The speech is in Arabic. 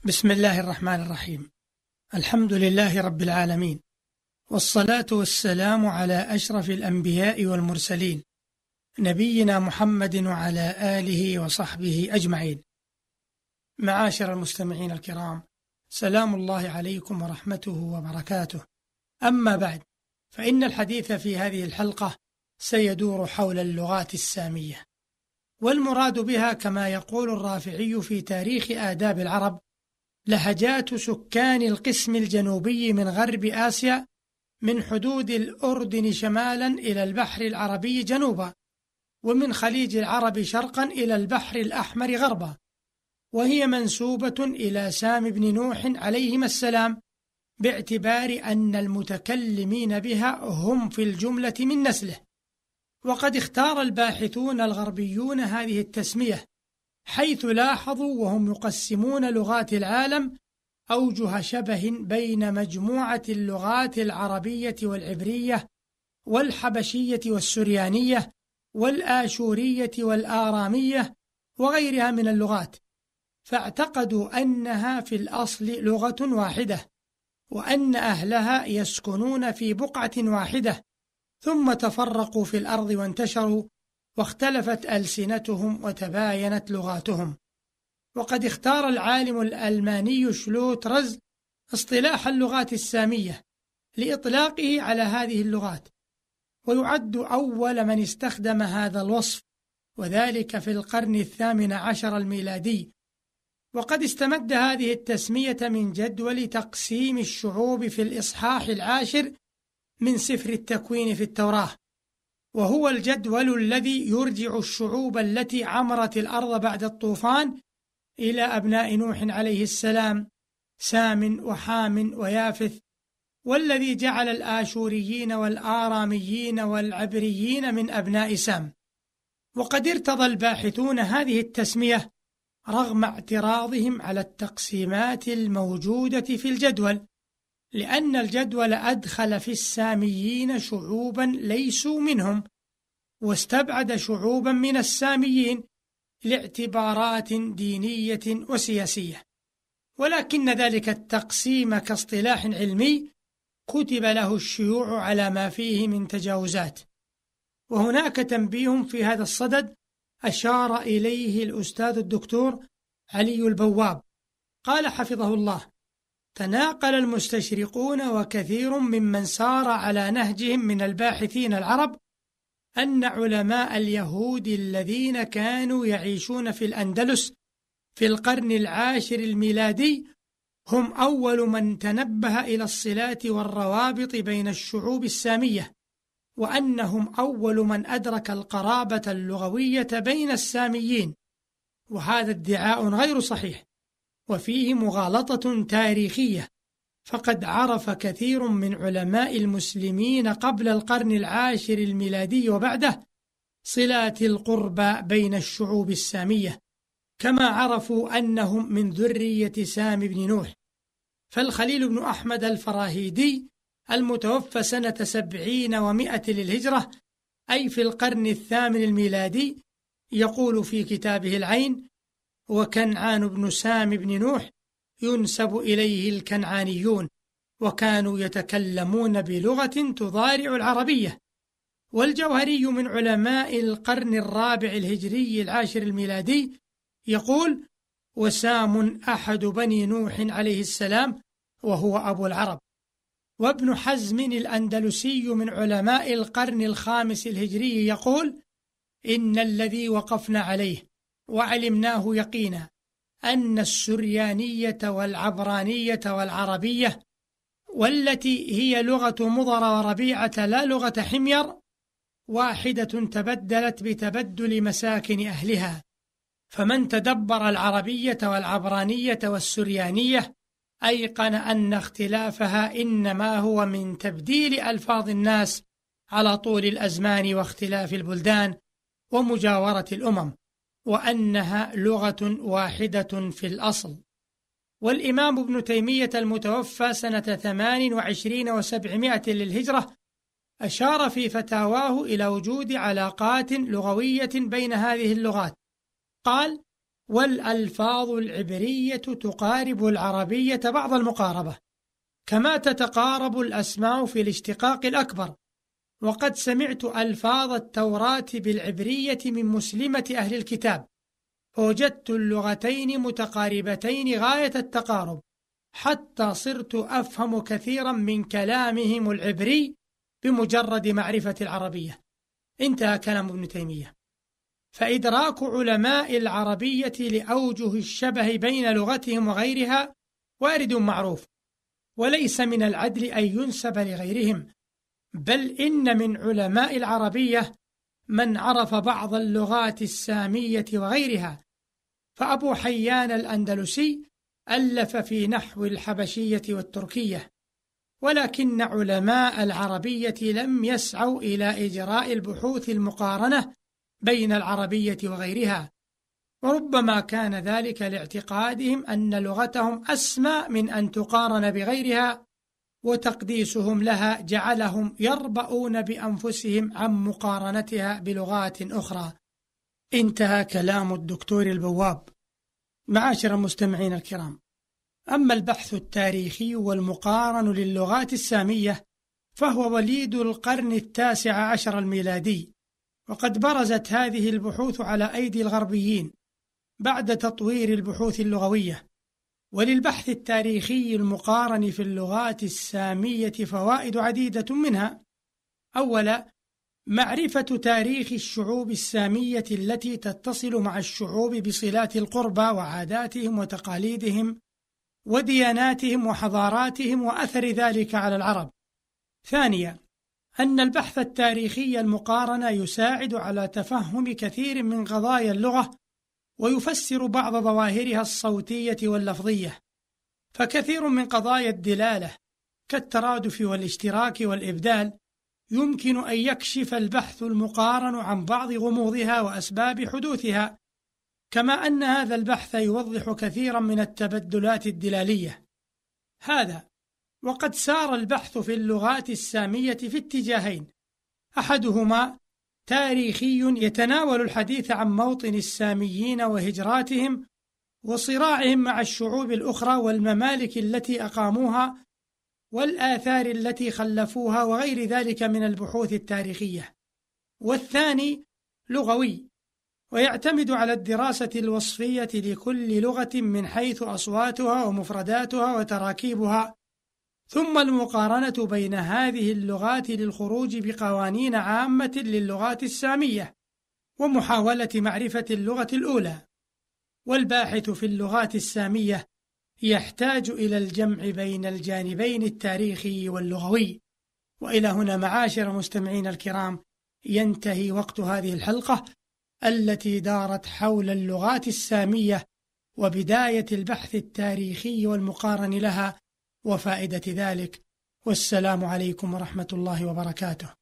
بسم الله الرحمن الرحيم. الحمد لله رب العالمين، والصلاة والسلام على أشرف الأنبياء والمرسلين، نبينا محمد وعلى آله وصحبه أجمعين. معاشر المستمعين الكرام، سلام الله عليكم ورحمته وبركاته. أما بعد، فإن الحديث في هذه الحلقة سيدور حول اللغات السامية، والمراد بها كما يقول الرافعي في تاريخ آداب العرب: لهجات سكان القسم الجنوبي من غرب آسيا من حدود الأردن شمالا إلى البحر العربي جنوبا، ومن خليج العرب شرقا إلى البحر الأحمر غربا، وهي منسوبة إلى سام بن نوح عليهما السلام، باعتبار أن المتكلمين بها هم في الجملة من نسله. وقد اختار الباحثون الغربيون هذه التسمية، حيث لاحظوا وهم يقسمون لغات العالم أوجه شبه بين مجموعة اللغات العربية والعبرية والحبشية والسريانية والآشورية والآرامية وغيرها من اللغات، فاعتقدوا أنها في الأصل لغة واحدة، وأن أهلها يسكنون في بقعة واحدة، ثم تفرقوا في الأرض وانتشروا، واختلفت ألسنتهم وتباينت لغاتهم. وقد اختار العالم الألماني شلوترز اصطلاح اللغات السامية لإطلاقه على هذه اللغات، ويعد أول من استخدم هذا الوصف، وذلك في القرن 18 الميلادي. وقد استمد هذه التسمية من جدول تقسيم الشعوب في الإصحاح 10 من سفر التكوين في التوراة، وهو الجدول الذي يرجع الشعوب التي عمرت الأرض بعد الطوفان إلى أبناء نوح عليه السلام، سام وحام ويافث، والذي جعل الآشوريين والآراميين والعبريين من أبناء سام. وقد ارتضى الباحثون هذه التسمية رغم اعتراضهم على التقسيمات الموجودة في الجدول، لأن الجدول أدخل في الساميين شعوبا ليسوا منهم، واستبعد شعوبا من الساميين لاعتبارات دينية وسياسية. ولكن ذلك التقسيم كاصطلاح علمي كتب له الشيوع على ما فيه من تجاوزات. وهناك تنبيه في هذا الصدد أشار إليه الأستاذ الدكتور علي البواب، قال حفظه الله: تناقل المستشرقون وكثير ممن سار على نهجهم من الباحثين العرب أن علماء اليهود الذين كانوا يعيشون في الأندلس في القرن 10 الميلادي هم أول من تنبه إلى الصلات والروابط بين الشعوب السامية، وأنهم أول من أدرك القرابة اللغوية بين الساميين. وهذا ادعاء غير صحيح، وفيه مغالطة تاريخية، فقد عرف كثير من علماء المسلمين قبل القرن 10 الميلادي وبعده صلات القربى بين الشعوب السامية، كما عرفوا أنهم من ذرية سام بن نوح. فالخليل بن أحمد الفراهيدي المتوفى سنة 70 و100 للهجرة، أي في القرن 8 الميلادي، يقول في كتابه العين: وكنعان بن سام بن نوح ينسب إليه الكنعانيون، وكانوا يتكلمون بلغة تضارع العربية. والجوهري من علماء القرن 4 الهجري 10 الميلادي يقول: وسام أحد بني نوح عليه السلام، وهو أبو العرب. وابن حزم الأندلسي من علماء القرن 5 الهجري يقول: إن الذي وقفنا عليه وعلمناه يقينا أن السريانية والعبرانية والعربية، والتي هي لغة مضر وربيعة لا لغة حمير، واحدة تبدلت بتبدل مساكن أهلها. فمن تدبر العربية والعبرانية والسريانية أيقن أن اختلافها إنما هو من تبديل ألفاظ الناس على طول الأزمان واختلاف البلدان ومجاورة الأمم، وأنها لغة واحدة في الأصل. والإمام ابن تيمية المتوفى سنة 28 و700 للهجرة أشار في فتاواه إلى وجود علاقات لغوية بين هذه اللغات، قال: والألفاظ العبرية تقارب العربية بعض المقاربة، كما تتقارب الأسماء في الاشتقاق الأكبر. وقد سمعت ألفاظ التوراة بالعبرية من مسلمة أهل الكتاب، فوجدت اللغتين متقاربتين غاية التقارب، حتى صرت أفهم كثيرا من كلامهم العبري بمجرد معرفة العربية. انتهى كلام ابن تيمية. فإدراك علماء العربية لأوجه الشبه بين لغتهم وغيرها وارد معروف، وليس من العدل أن ينسب لغيرهم، بل إن من علماء العربية من عرف بعض اللغات السامية وغيرها، فأبو حيان الأندلسي ألف في نحو الحبشية والتركية، ولكن علماء العربية لم يسعوا إلى إجراء البحوث المقارنة بين العربية وغيرها، وربما كان ذلك لاعتقادهم أن لغتهم أسمى من أن تقارن بغيرها، وتقديسهم لها جعلهم يربؤون بأنفسهم عن مقارنتها بلغات أخرى. انتهى كلام الدكتور البواب. معاشر المستمعين الكرام، أما البحث التاريخي والمقارن للغات السامية فهو وليد القرن 19 الميلادي، وقد برزت هذه البحوث على أيدي الغربيين بعد تطوير البحوث اللغوية. وللبحث التاريخي المقارن في اللغات السامية فوائد عديدة، منها: أولا، معرفة تاريخ الشعوب السامية التي تتصل مع الشعوب بصلات القربى وعاداتهم وتقاليدهم ودياناتهم وحضاراتهم وأثر ذلك على العرب. ثانيا، أن البحث التاريخي المقارن يساعد على تفهم كثير من قضايا اللغة، ويفسر بعض ظواهرها الصوتية واللفظية، فكثير من قضايا الدلالة كالترادف والاشتراك والإبدال يمكن أن يكشف البحث المقارن عن بعض غموضها وأسباب حدوثها، كما أن هذا البحث يوضح كثيرا من التبدلات الدلالية. هذا وقد سار البحث في اللغات السامية في اتجاهين: أحدهما تاريخي يتناول الحديث عن موطن الساميين وهجراتهم وصراعهم مع الشعوب الأخرى والممالك التي أقاموها والآثار التي خلفوها وغير ذلك من البحوث التاريخية. والثاني لغوي، ويعتمد على الدراسة الوصفية لكل لغة من حيث أصواتها ومفرداتها وتراكيبها، ثم المقارنة بين هذه اللغات للخروج بقوانين عامة للغات السامية ومحاولة معرفة اللغة الأولى. والباحث في اللغات السامية يحتاج إلى الجمع بين الجانبين التاريخي واللغوي. وإلى هنا معاشر مستمعين الكرام ينتهي وقت هذه الحلقة التي دارت حول اللغات السامية وبداية البحث التاريخي والمقارن لها وفائدة ذلك. والسلام عليكم ورحمة الله وبركاته.